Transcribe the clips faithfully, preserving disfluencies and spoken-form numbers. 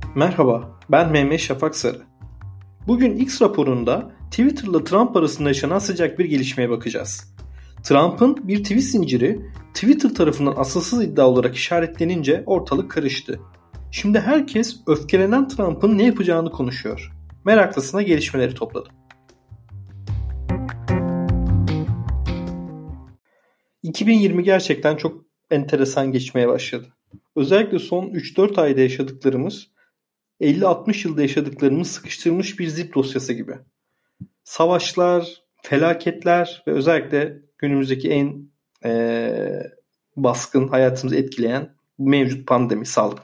Merhaba, ben Mehmet Şafak Sarı. Bugün X raporunda Twitter'la Trump arasında yaşanan sıcak bir gelişmeye bakacağız. Trump'ın bir tweet zinciri Twitter tarafından asılsız iddia olarak işaretlenince ortalık karıştı. Şimdi herkes öfkelenen Trump'ın ne yapacağını konuşuyor. Meraklısına gelişmeleri topladım. iki bin yirmi gerçekten çok enteresan geçmeye başladı. Özellikle son üç dört ayda yaşadıklarımız elli altmış yılda yaşadıklarımız sıkıştırılmış bir zip dosyası gibi. Savaşlar, felaketler ve özellikle günümüzdeki en e, baskın, hayatımızı etkileyen mevcut pandemi, salgın.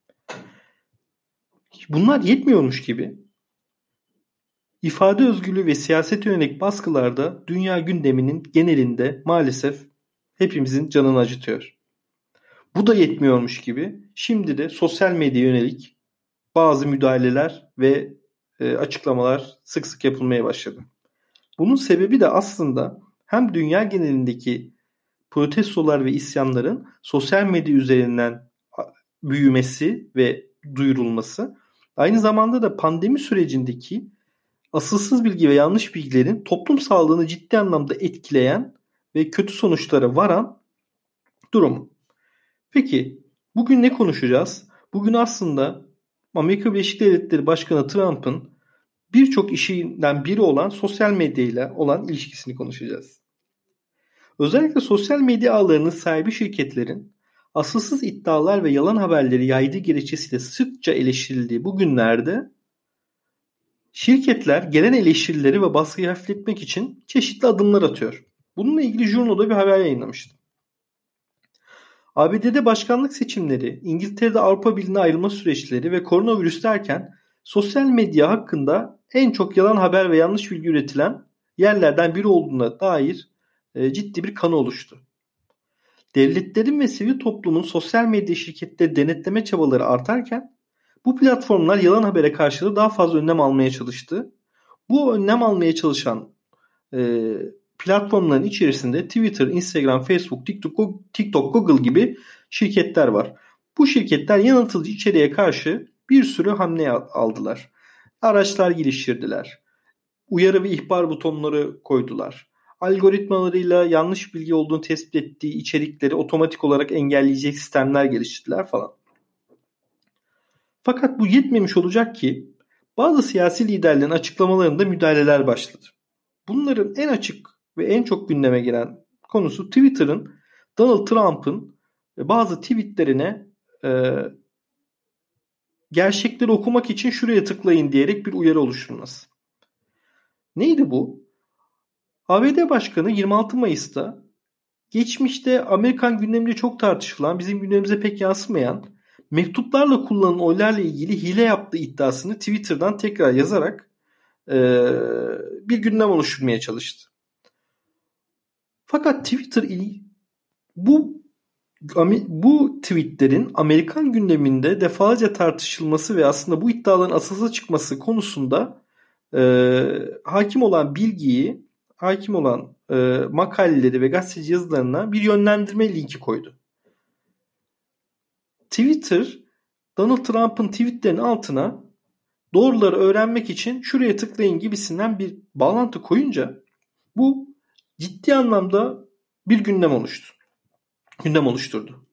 Bunlar yetmiyormuş gibi ifade özgürlüğü ve siyasete yönelik baskılarda dünya gündeminin genelinde maalesef hepimizin canını acıtıyor. Bu da yetmiyormuş gibi şimdi de sosyal medyaya yönelik bazı müdahaleler ve e, açıklamalar sık sık yapılmaya başladı. Bunun sebebi de aslında hem dünya genelindeki protestolar ve isyanların sosyal medya üzerinden büyümesi ve duyurulması, aynı zamanda da pandemi sürecindeki asılsız bilgi ve yanlış bilgilerin toplum sağlığını ciddi anlamda etkileyen ve kötü sonuçlara varan durumu. Peki bugün ne konuşacağız? Bugün aslında Amerika Birleşik Devletleri Başkanı Trump'ın birçok işinden biri olan sosyal medyayla olan ilişkisini konuşacağız. Özellikle sosyal medya ağlarının sahibi şirketlerin asılsız iddialar ve yalan haberleri yaydığı gerekçesiyle sıkça eleştirildiği bu günlerde şirketler gelen eleştirileri ve baskıyı hafifletmek için çeşitli adımlar atıyor. Bununla ilgili Journal'da bir haber yayınlamıştım. A B D'de başkanlık seçimleri, İngiltere'de Avrupa Birliği'ne ayrılma süreçleri ve koronavirüs derken sosyal medya hakkında en çok yalan haber ve yanlış bilgi üretilen yerlerden biri olduğuna dair e, ciddi bir kanı oluştu. Devletlerin ve sivil toplumun sosyal medya şirketleri denetleme çabaları artarken bu platformlar yalan habere karşı da daha fazla önlem almaya çalıştı. Bu önlem almaya çalışan e, platformların içerisinde Twitter, Instagram, Facebook, TikTok, TikTok, Google gibi şirketler var. Bu şirketler yanıltıcı içeriğe karşı bir sürü hamle aldılar. Araçlar geliştirdiler. Uyarı ve ihbar butonları koydular. Algoritmalarıyla yanlış bilgi olduğunu tespit ettiği içerikleri otomatik olarak engelleyecek sistemler geliştirdiler falan. Fakat bu yetmemiş olacak ki bazı siyasi liderlerin açıklamalarında müdahaleler başladı. Bunların en açık ve en çok gündeme gelen konusu Twitter'ın Donald Trump'ın bazı tweetlerine e, gerçekleri okumak için şuraya tıklayın diyerek bir uyarı oluşturması. Neydi bu? A B D Başkanı yirmi altı Mayıs'ta geçmişte Amerikan gündeminde çok tartışılan, bizim gündemimize pek yansımayan mektuplarla kullanılan oylarla ilgili hile yaptığı iddiasını Twitter'dan tekrar yazarak e, bir gündem oluşturmaya çalıştı. Fakat Twitter bu bu tweetlerin Amerikan gündeminde defalarca tartışılması ve aslında bu iddiaların asılsız çıkması konusunda e, hakim olan bilgiyi, hakim olan e, makaleleri ve gazeteci yazılarına bir yönlendirme linki koydu. Twitter, Donald Trump'ın tweetlerinin altına doğruları öğrenmek için şuraya tıklayın gibisinden bir bağlantı koyunca bu ciddi anlamda bir gündem oluştu. Gündem oluşturdu.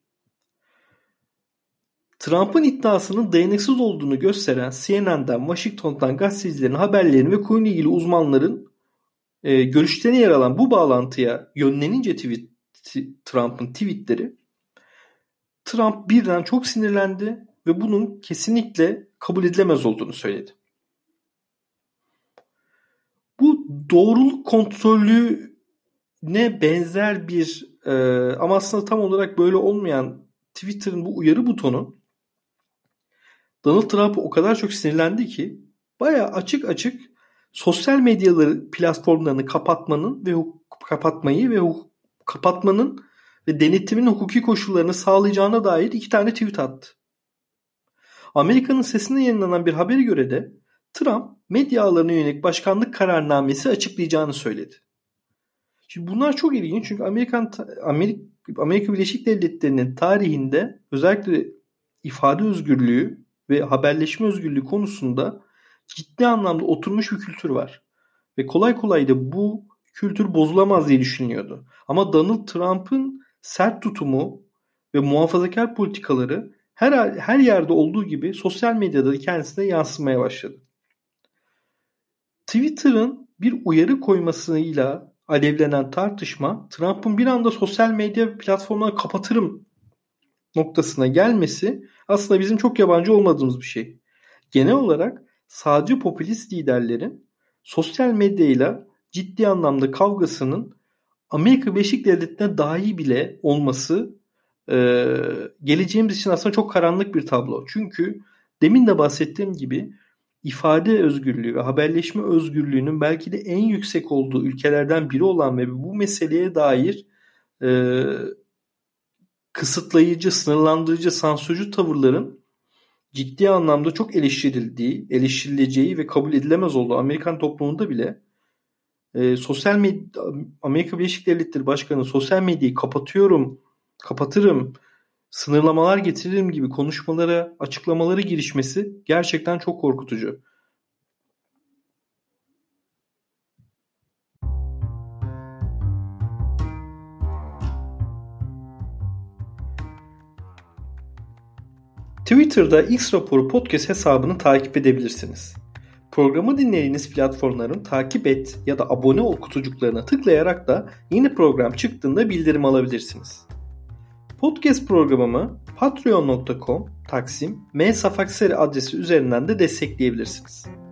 Trump'ın iddiasının dayanıksız olduğunu gösteren C N N'den, Washington'dan gazetecilerin haberlerini ve konuyla ilgili uzmanların e, görüşlerine yer alan bu bağlantıya yönlenince tweet, Trump'ın tweetleri, Trump birden çok sinirlendi ve bunun kesinlikle kabul edilemez olduğunu söyledi. Bu doğruluk kontrolüne benzer bir e, ama aslında tam olarak böyle olmayan Twitter'ın bu uyarı butonu Donald Trump'ı o kadar çok sinirlendi ki bayağı açık açık sosyal medyaları platformlarını kapatmanın ve kapatmayı ve kapatmanın ve denetimin hukuki koşullarını sağlayacağına dair iki tane tweet attı. Amerika'nın Sesi'nde yayınlanan bir habere göre de Trump medya ağlarına yönelik başkanlık kararnamesi açıklayacağını söyledi. Şimdi bunlar çok ilginç çünkü Amerikan Amerika, Amerika Birleşik Devletleri'nin tarihinde özellikle ifade özgürlüğü ve haberleşme özgürlüğü konusunda ciddi anlamda oturmuş bir kültür var. Ve kolay kolay da bu kültür bozulamaz diye düşünüyordu. Ama Donald Trump'ın sert tutumu ve muhafazakar politikaları her, her yerde olduğu gibi sosyal medyada da kendisine yansımaya başladı. Twitter'ın bir uyarı koymasıyla alevlenen tartışma, Trump'ın bir anda sosyal medya platformlarını kapatırım noktasına gelmesi aslında bizim çok yabancı olmadığımız bir şey. Genel olarak sağcı popülist liderlerin sosyal medyayla ciddi anlamda kavgasının Amerika Birleşik Devletleri'ne dahi bile olması e, geleceğimiz için aslında çok karanlık bir tablo. Çünkü demin de bahsettiğim gibi ifade özgürlüğü ve haberleşme özgürlüğünün belki de en yüksek olduğu ülkelerden biri olan ve bu meseleye dair e, kısıtlayıcı, sınırlandırıcı, sansürcü tavırların ciddi anlamda çok eleştirildiği, eleştirileceği ve kabul edilemez olduğu Amerikan toplumunda bile e, sosyal medya, Amerika Birleşik Devletleri Başkanı sosyal medyayı kapatıyorum, kapatırım, sınırlamalar getiririm gibi konuşmalara, açıklamaları girişmesi gerçekten çok korkutucu. Twitter'da X Raporu podcast hesabını takip edebilirsiniz. Programı dinlediğiniz platformların takip et ya da abone ol kutucuklarına tıklayarak da yeni program çıktığında bildirim alabilirsiniz. Podcast programımı patreon nokta com taksim m safakseri adresi üzerinden de destekleyebilirsiniz.